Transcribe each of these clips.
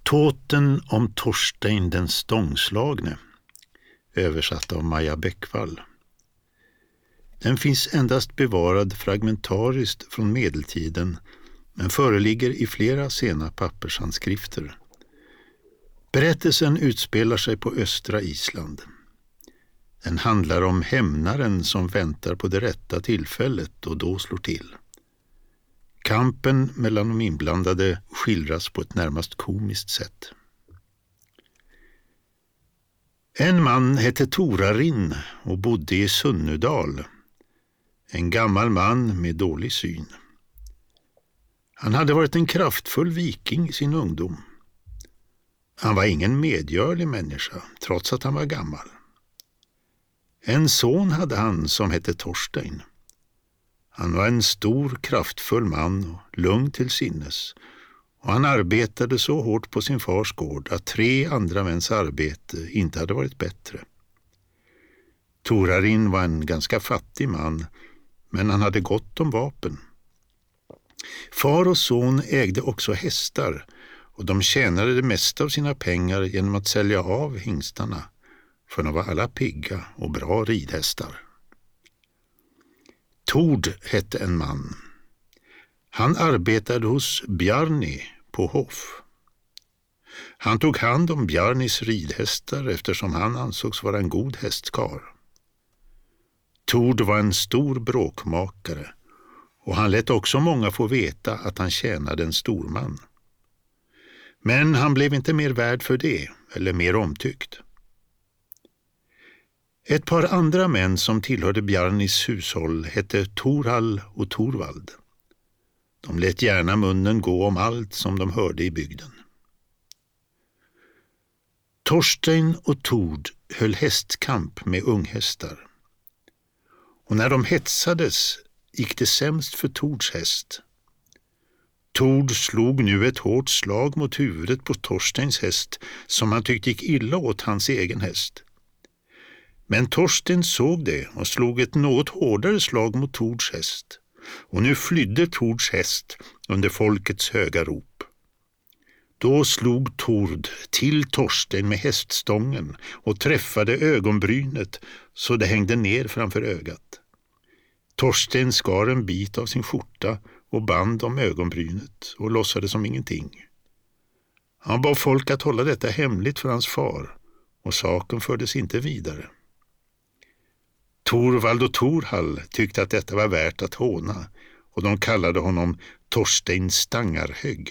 Tåten om Torstein den stångslagne, översatt av Maja Bäckvall. Den finns endast bevarad fragmentariskt från medeltiden, men föreligger i flera sena pappershandskrifter. Berättelsen utspelar sig på östra Island. Den handlar om hämnaren som väntar på det rätta tillfället och då slår till. Kampen mellan de inblandade skildras på ett närmast komiskt sätt. En man hette Torarin och bodde i Sunnudal. En gammal man med dålig syn. Han hade varit en kraftfull viking i sin ungdom. Han var ingen medgörlig människa, trots att han var gammal. En son hade han som hette Torstein. Han var en stor, kraftfull man och lugn till sinnes, och han arbetade så hårt på sin fars gård att 3 andra mäns arbete inte hade varit bättre. Torarin var en ganska fattig man, men han hade gott om vapen. Far och son ägde också hästar, och de tjänade det mesta av sina pengar genom att sälja av hingstarna, för de var alla pigga och bra ridhästar. Tord hette en man. Han arbetade hos Bjarni på Hof. Han tog hand om Bjarnis ridhästar eftersom han ansågs vara en god hästkar. Tord var en stor bråkmakare, och han lät också många få veta att han tjänade en storman. Men han blev inte mer värd för det, eller mer omtyckt. Ett par andra män som tillhörde Bjarnis hushåll hette Torhall och Torvald. De lät gärna munnen gå om allt som de hörde i bygden. Torstein och Tord höll hästkamp med unghästar. Och när de hetsades gick det sämst för Tords häst. Tord slog nu ett hårt slag mot huvudet på Torsteins häst som han tyckte gick illa åt hans egen häst. Men Torstein såg det och slog ett något hårdare slag mot Tords häst. Och nu flydde Tords häst under folkets höga rop. Då slog Tord till Torstein med häststången och träffade ögonbrynet så det hängde ner framför ögat. Torstein skar en bit av sin skjorta och band om ögonbrynet och låtsades som ingenting. Han bad folk att hålla detta hemligt för hans far, och saken fördes inte vidare. Torvald och Torhall tyckte att detta var värt att håna, och de kallade honom Torstein Stangarhögg.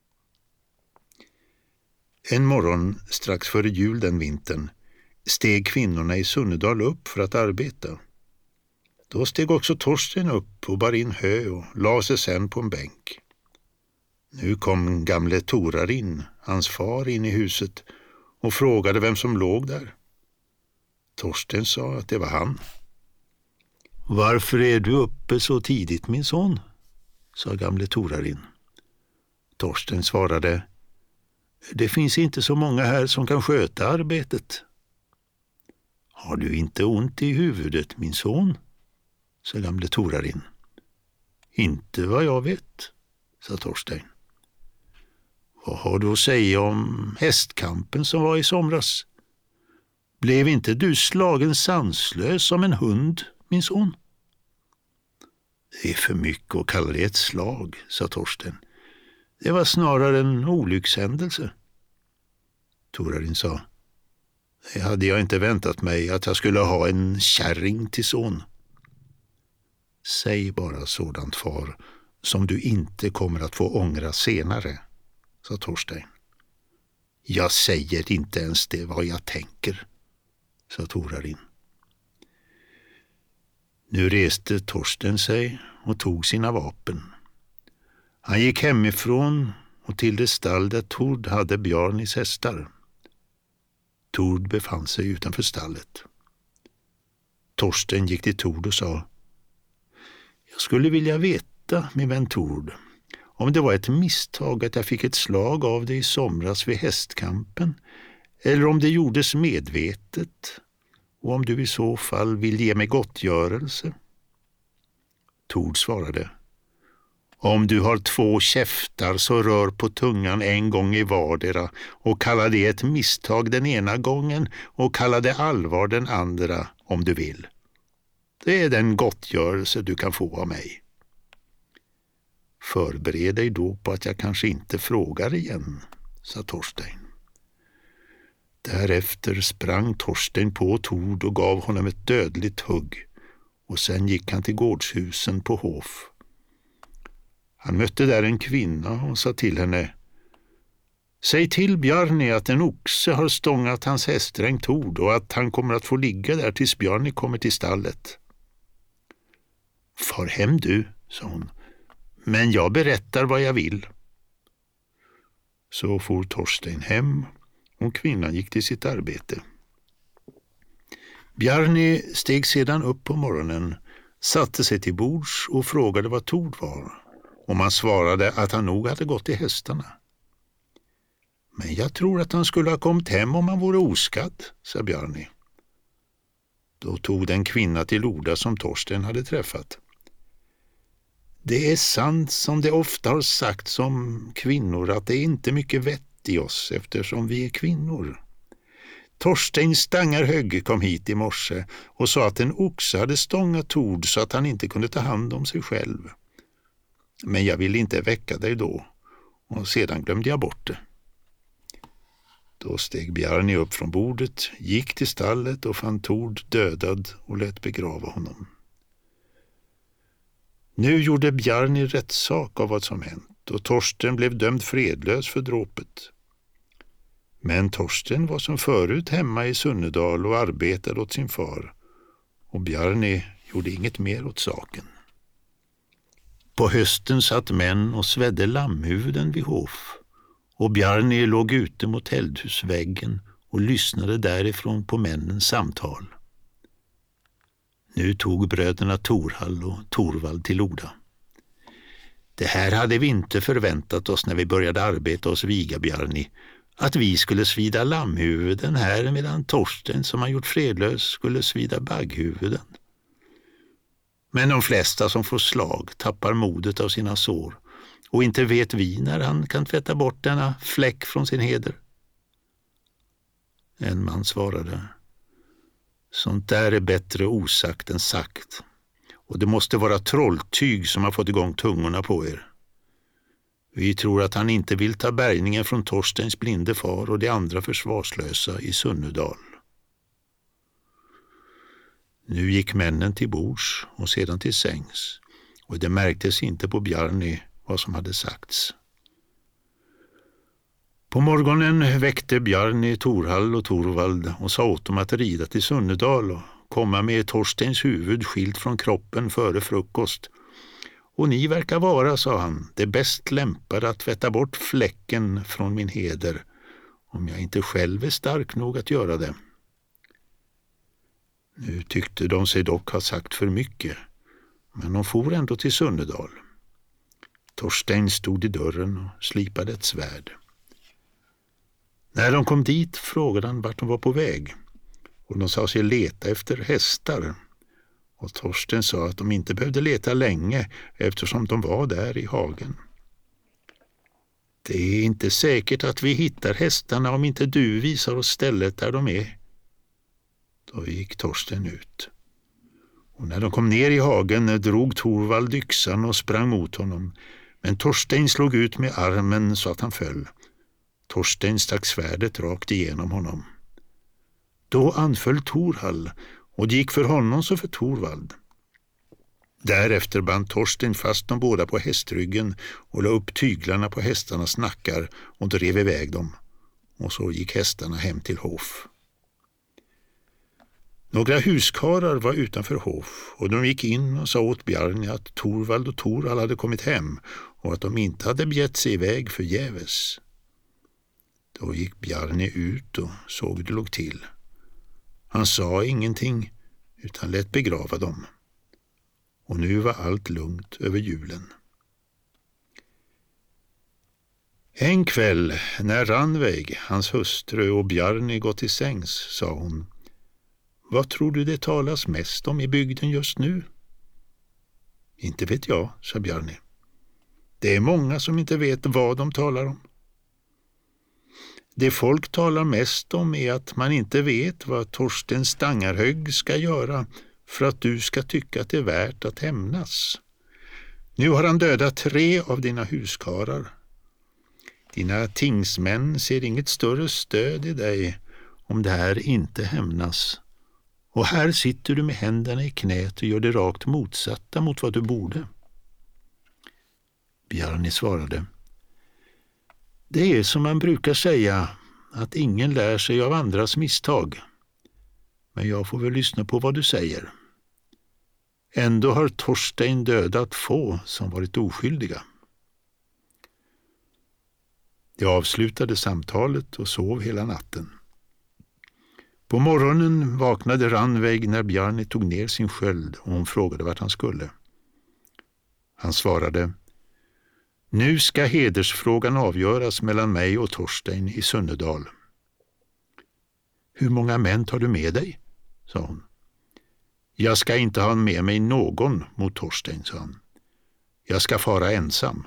En morgon strax före jul den vintern steg kvinnorna i Sunnudal upp för att arbeta. Då steg också Torstein upp och bar in hö och la sig sen på en bänk. Nu kom gamle Torarin, hans far, in i huset och frågade vem som låg där. Torstein sa att det var han. Varför är du uppe så tidigt, min son? Sa gamle Torarin. Torstein svarade, det finns inte så många här som kan sköta arbetet. Har du inte ont i huvudet, min son? Sa gamle Torarin. Inte vad jag vet, sa Torstein. Vad har du att säga om hästkampen som var i somras? Blev inte du slagen sanslös som en hund, min son? Det är för mycket att kalla det ett slag, sa Torstein. Det var snarare en olyckshändelse. Torarin sa, det hade jag inte väntat mig att jag skulle ha en kärring till son. Säg bara sådant, far, som du inte kommer att få ångra senare, sa Torstein. Jag säger inte ens det vad jag tänker, sa Torarin. Nu reste Torstein sig och tog sina vapen. Han gick hemifrån och till det stall där Tord hade Bjarnis hästar. Tord befann sig utanför stallet. Torstein gick till Tord och sa, jag skulle vilja veta, min vän Tord, om det var ett misstag att jag fick ett slag av dig i somras vid hästkampen, eller om det gjordes medvetet, och om du i så fall vill ge mig gottgörelse. Tord svarade, Om du har 2 käftar så rör på tungan en gång i vardera och kalla det ett misstag den ena gången och kalla det allvar den andra om du vill. Det är den gottgörelse du kan få av mig. Förbered dig då på att jag kanske inte frågar igen, sa Torstein. Därefter sprang Torstein på Tord och gav honom ett dödligt hugg, och sen gick han till gårdshusen på Hof. Han mötte där en kvinna och sa till henne: säg till Bjarni att en oxe har stångat hans hästdräng Tord och att han kommer att få ligga där tills Bjarni kommer till stallet. Far hem du, sa hon, men jag berättar vad jag vill. Så for Torstein hem och kvinnan gick till sitt arbete. Bjarni steg sedan upp på morgonen, satte sig till bords och frågade vad Tord var, och man svarade att han nog hade gått till hästarna. Men jag tror att han skulle ha kommit hem om han vore oskadd, sa Bjarni. Då tog den kvinna till orda som Torstein hade träffat. Det är sant som det ofta har sagts om kvinnor att det är inte mycket vett i oss eftersom vi är kvinnor. Torstein Stangarhög kom hit i morse och sa att en oxe hade stångat Tord så att han inte kunde ta hand om sig själv. Men jag ville inte väcka dig då, och sedan glömde jag bort det. Då steg Bjarni upp från bordet, gick till stallet och fann Tord dödad och lät begrava honom. Nu gjorde Bjarni rättssak av vad som hänt, och Torsten blev dömd fredlös för dråpet. Men Torsten var som förut hemma i Sunnedal och arbetade åt sin far, och Bjarni gjorde inget mer åt saken. På hösten satt män och svedde lammhuvuden vid Hof, och Bjarni låg ute mot eldhusväggen och lyssnade därifrån på männens samtal. Nu tog bröderna Torhall och Torvald till orda. Det här hade vi inte förväntat oss när vi började arbeta oss viga, Bjarni, att vi skulle svida lammhuvuden här medan Torsten som har gjort fredlös skulle svida bagghuvuden. Men de flesta som får slag tappar modet av sina sår, och inte vet vi när han kan tvätta bort denna fläck från sin heder. En man svarade: sånt där är bättre osagt än sagt, och det måste vara trolltyg som har fått igång tungorna på er. Vi tror att han inte vill ta bärgningen från Torstens blinde far och de andra försvarslösa i Sunnedal. Nu gick männen till bords och sedan till sängs, och det märktes inte på Bjarni vad som hade sagts. På morgonen väckte Bjarni Torhall och Torvald och sa åt dem att rida till Sunnedal och komma med Torstens huvud skilt från kroppen före frukost. Och ni verkar vara, sa han, det bäst lämpade att tvätta bort fläcken från min heder, om jag inte själv är stark nog att göra det. Nu tyckte de sig dock ha sagt för mycket, men de for ändå till Sunnedal. Torstein stod i dörren och slipade ett svärd. När de kom dit frågade han vart de var på väg, och de sa sig leta efter hästar. Och Torsten sa att de inte behövde leta länge eftersom de var där i hagen. Det är inte säkert att vi hittar hästarna om inte du visar oss stället där de är. Då gick Torsten ut. Och när de kom ner i hagen drog Torvald yxan och sprang mot honom. Men Torsten slog ut med armen så att han föll. Torsten stack svärdet rakt igenom honom. Då anföll Torhall, och det gick för honom så för Torvald. Därefter band Torsten fast de båda på hästryggen och la upp tyglarna på hästarnas nackar och drev iväg dem. Och så gick hästarna hem till Hof. Några huskarar var utanför Hof, och de gick in och sa åt Bjarni att Torvald och Torhall hade kommit hem och att de inte hade begett sig iväg förgäves. Då gick Bjarni ut och såg hur det låg till. Han sa ingenting utan lät begrava dem. Och nu var allt lugnt över julen. En kväll när Ranveig, hans hustru och Bjarni gått till sängs, sa hon: vad tror du det talas mest om i bygden just nu? Inte vet jag, sa Bjarni. Det är många som inte vet vad de talar om. Det folk talar mest om är att man inte vet vad Torsten Stangarhög ska göra för att du ska tycka att det är värt att hämnas. Nu har han dödat 3 av dina huskarar. Dina tingsmän ser inget större stöd i dig om det här inte hämnas. Och här sitter du med händerna i knät och gör det rakt motsatta mot vad du borde. Bjarni svarade: Det är som man brukar säga, att ingen lär sig av andras misstag. Men jag får väl lyssna på vad du säger. Ändå har Torstein dödat få som varit oskyldiga. De avslutade samtalet och sov hela natten. På morgonen vaknade Randveig när Bjarni tog ner sin sköld och hon frågade vart han skulle. Han svarade: Nu ska hedersfrågan avgöras mellan mig och Torstein i Sunnedal. Hur många män tar du med dig? Sa hon. Jag ska inte ha med mig någon mot Torstein, sa han. Jag ska fara ensam.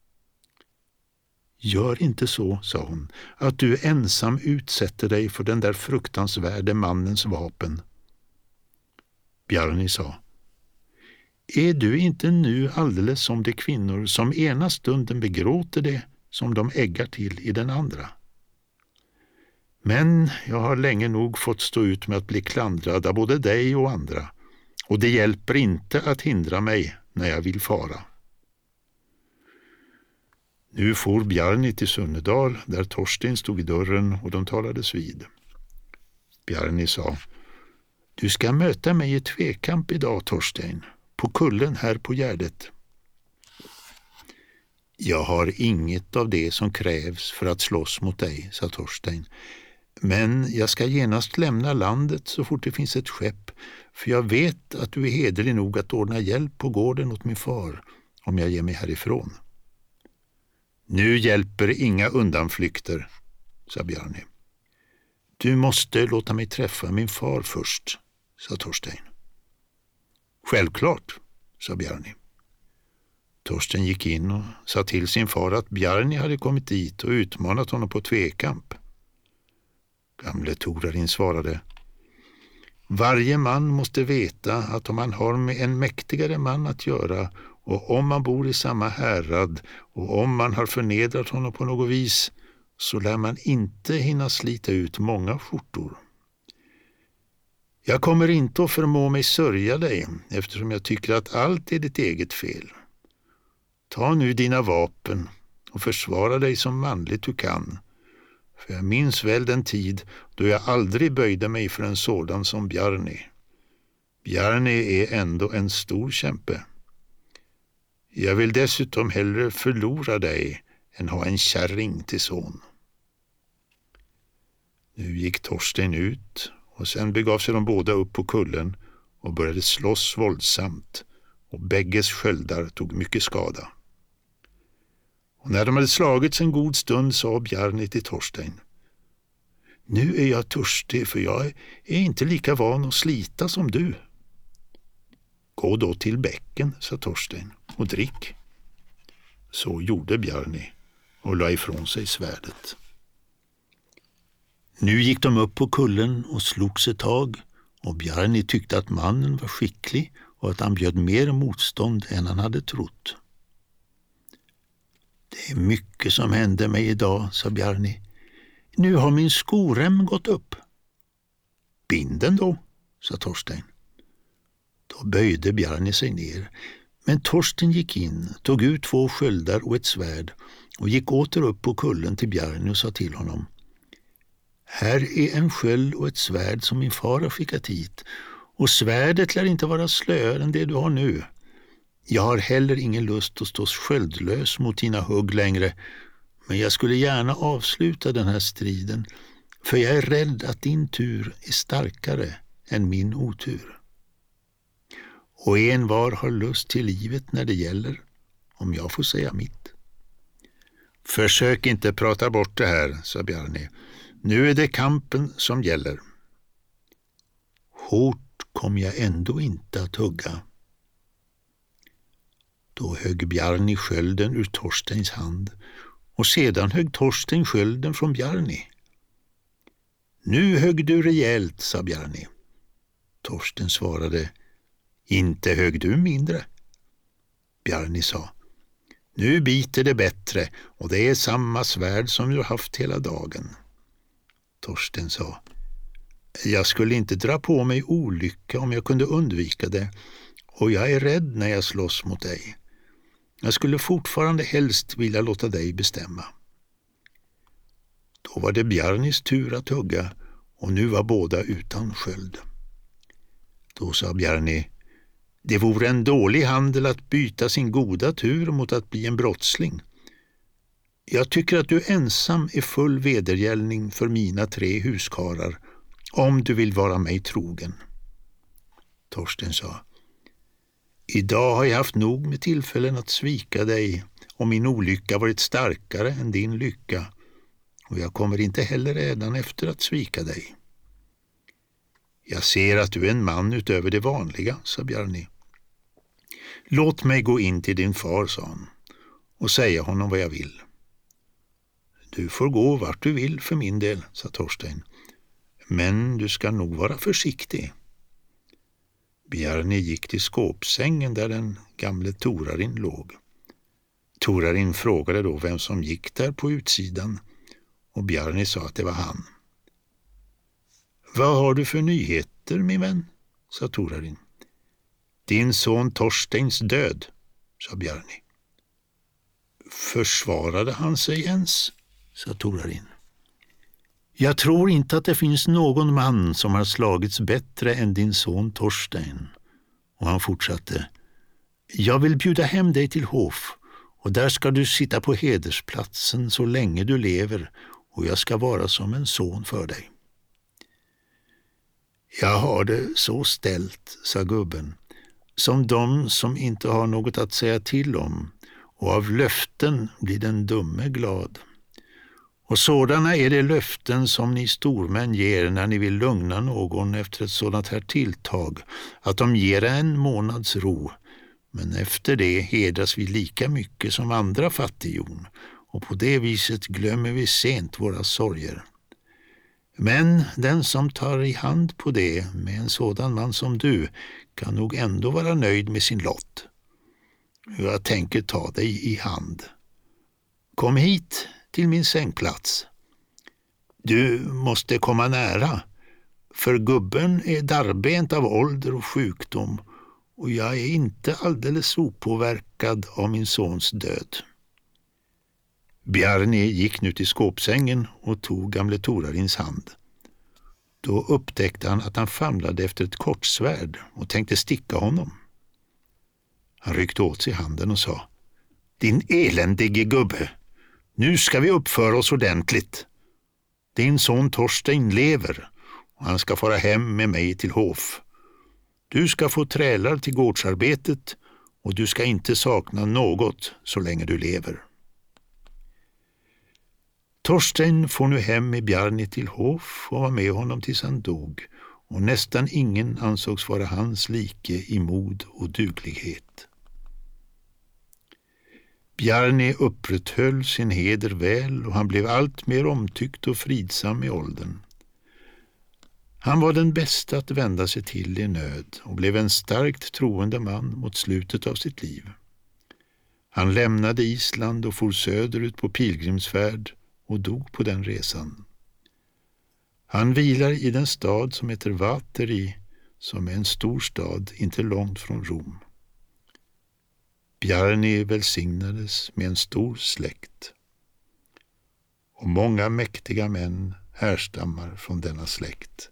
Gör inte så, sa hon, att du ensam utsätter dig för den där fruktansvärde mannens vapen. Bjarni sa: Är du inte nu alldeles som de kvinnor som ena stunden begråter det som de äggar till i den andra? Men jag har länge nog fått stå ut med att bli klandrad av både dig och andra, och det hjälper inte att hindra mig när jag vill fara. Nu for Bjarni till Sunnedal där Torstein stod i dörren och de talades vid. Bjarni sa: Du ska möta mig i tvekamp idag, Torstein, på kullen här på Gärdet. Jag har inget av det som krävs för att slåss mot dig, sa Torstein. Men jag ska genast lämna landet så fort det finns ett skepp, för jag vet att du är hederlig nog att ordna hjälp på gården åt min far om jag ger mig härifrån. Nu hjälper inga undanflykter, sa Bjarni. Du måste låta mig träffa min far först, sa Torstein. Självklart, sa Bjarni. Torstein gick in och sa till sin far att Bjarni hade kommit dit och utmanat honom på tvekamp. Gamle Torarin svarade: Varje man måste veta att om man har med en mäktigare man att göra och om man bor i samma härad och om man har förnedrat honom på något vis, så lär man inte hinna slita ut många skjortor. Jag kommer inte att förmå mig sörja dig, eftersom jag tycker att allt är ditt eget fel. Ta nu dina vapen och försvara dig som manligt du kan, för jag minns väl den tid då jag aldrig böjde mig för en sådan som Bjarni. Bjarni är ändå en stor kämpe. Jag vill dessutom hellre förlora dig än ha en kärring till son. Nu gick Torstein ut och sen begav sig de båda upp på kullen och började slåss våldsamt, och bägges sköldar tog mycket skada. Och när de hade slagits en god stund sa Bjarni till Torstein: Nu är jag törstig, för jag är inte lika van att slita som du. Gå då till bäcken, sa Torstein, och drick. Så gjorde Bjarni och la ifrån sig svärdet. Nu gick de upp på kullen och slogs ett tag, och Bjarni tyckte att mannen var skicklig och att han bjöd mer motstånd än han hade trott. Det är mycket som hände mig idag, sa Bjarni. Nu har min skorem gått upp. Binden då, sa Torstein. Då böjde Bjarni sig ner, men Torstein gick in, tog ut 2 sköldar och ett svärd och gick åter upp på kullen till Bjarni och sa till honom: Här är en sköld och ett svärd som min far har skickat hit, och svärdet lär inte vara slöare än det du har nu. Jag har heller ingen lust att stå sköldlös mot dina hugg längre, men jag skulle gärna avsluta den här striden, för jag är rädd att din tur är starkare än min otur. Och en var har lust till livet när det gäller, om jag får säga mitt. Försök inte prata bort det här, sa Bjarni. Nu är det kampen som gäller. Hårt kom jag ändå inte att hugga. Då högg Bjarni skölden ur Torsteins hand och sedan högg Torstein skölden från Bjarni. Nu högg du rejält, sa Bjarni. Torsten svarade, inte högg du mindre. Bjarni sa, nu biter det bättre och det är samma svärd som du haft hela dagen. Torsten sa, jag skulle inte dra på mig olycka om jag kunde undvika det, och jag är rädd när jag slåss mot dig. Jag skulle fortfarande helst vilja låta dig bestämma. Då var det Bjarnis tur att hugga, och nu var båda utan sköld. Då sa Bjarni, det vore en dålig handel att byta sin goda tur mot att bli en brottsling. Jag tycker att du ensam är full vedergällning för mina 3 huskarar, om du vill vara mig trogen. Torsten sa, idag har jag haft nog med tillfällen att svika dig om min olycka varit starkare än din lycka, och jag kommer inte heller redan efter att svika dig. Jag ser att du är en man utöver det vanliga, sa Bjarni. Låt mig gå in till din far, sa han, och säga honom vad jag vill. Du får gå vart du vill för min del, sa Torstein, men du ska nog vara försiktig. Bjarni gick till skåpsängen där den gamle Torarin låg. Torarin frågade då vem som gick där på utsidan, och Bjarni sa att det var han. Vad har du för nyheter, min vän? Sa Torarin. Din son Torsteins död, sa Bjarni. Försvarade han sig ens? Sa Torarin. Jag tror inte att det finns någon man som har slagits bättre än din son Torstein. Och han fortsatte. Jag vill bjuda hem dig till Hof, och där ska du sitta på hedersplatsen så länge du lever, och jag ska vara som en son för dig. Jag har det så ställt, sa gubben, som de som inte har något att säga till om, och av löften blir den dumme glad. Och sådana är det löften som ni stormän ger när ni vill lugna någon efter ett sådant här tilltag, att de ger en månads ro, men efter det hedras vi lika mycket som andra fattighjon, och på det viset glömmer vi sent våra sorger. Men den som tar i hand på det med en sådan man som du kan nog ändå vara nöjd med sin lott. Jag tänker ta dig i hand. Kom hit till min sängplats. Du måste komma nära, för gubben är darbent av ålder och sjukdom, och jag är inte alldeles opåverkad av min sons död. Bjarni gick nu till skåpsängen och tog gamle Torarins hand. Då upptäckte han att han famlade efter ett kortsvärd och tänkte sticka honom. Han ryckte åt sig handen och sa, din eländige gubbe, nu ska vi uppföra oss ordentligt. Din son Torstein lever, och han ska fara hem med mig till Hof. Du ska få trälar till gårdsarbetet, och du ska inte sakna något så länge du lever. Torstein får nu hem med Bjarni till Hof och var med honom tills han dog, och nästan ingen ansågs vara hans like i mod och duglighet. Bjarni upprätthöll sin heder väl, och han blev allt mer omtyckt och fridsam i åldern. Han var den bästa att vända sig till i nöd och blev en starkt troende man mot slutet av sitt liv. Han lämnade Island och for söderut på pilgrimsfärd och dog på den resan. Han vilar i den stad som heter Vateri, som är en stor stad inte långt från Rom. Bjarni välsignades med en stor släkt, och många mäktiga män härstammar från denna släkt.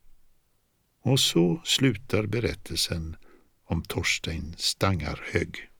Och så slutar berättelsen om Torstein Stangarhög.